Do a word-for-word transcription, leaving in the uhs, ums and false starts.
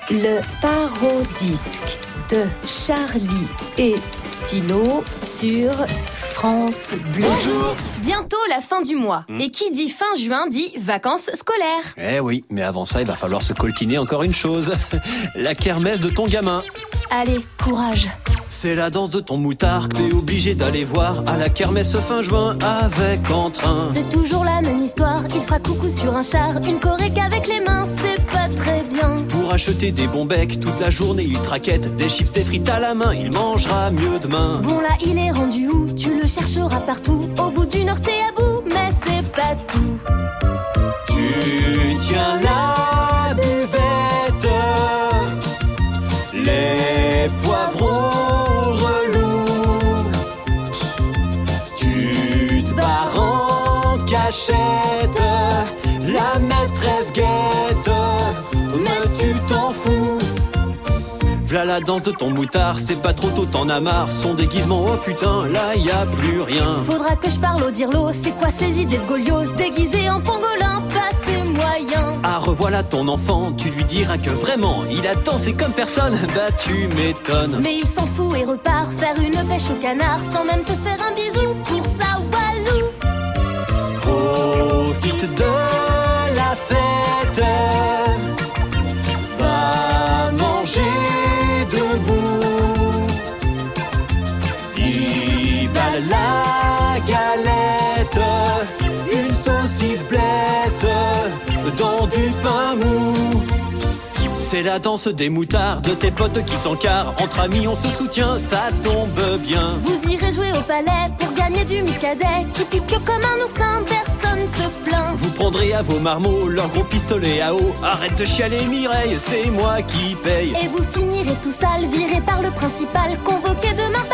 Le parodisque de Charlie et Stylo sur France Bleu. Bonjour. Bientôt la fin du mois. Mmh. Et qui dit fin juin dit vacances scolaires. Eh oui, mais avant ça, il va falloir se coltiner encore une chose. La kermesse de ton gamin. Allez, courage. C'est la danse de ton moutard que t'es obligé d'aller voir à la kermesse fin juin avec entrain. C'est toujours la même histoire, il fera coucou sur un char, une choré qu'avec les mains, c'est pas très bien. Pour acheter des bons becs, toute la journée il traquette, des chips, des frites à la main, il mangera mieux demain. Bon là, il est rendu où? Tu le chercheras partout, au bout d'une heure t'es à bout, mais c'est pas tout. Tu tiens la buvette, les poivrons cachette, la maîtresse guette, mais tu t'en fous. V'là la danse de ton moutard, c'est pas trop tôt, t'en as marre. Son déguisement, oh putain, là y a plus rien. Faudra que je parle au dirlo, c'est quoi ces idées de golios déguisé en pangolin, pas c'est moyen. Ah revoilà ton enfant, tu lui diras que vraiment il a dansé comme personne, bah tu m'étonnes. Mais il s'en fout et repart faire une pêche au canard sans même te faire un bisou pour ça, walou. Profite de la fête, va manger debout, dix balles la galette, une saucisse blette dans du pain mou. C'est la danse des moutards, de tes potes qui s'encarent. Entre amis on se soutient, ça tombe bien. Vous irez jouer au palais pour gagner du muscadet qui pique comme un oursin, personne se plaint. Vous prendrez à vos marmots leur gros pistolet à eau. Arrête de chialer Mireille, c'est moi qui paye. Et vous finirez tout sale, viré par le principal, convoqué demain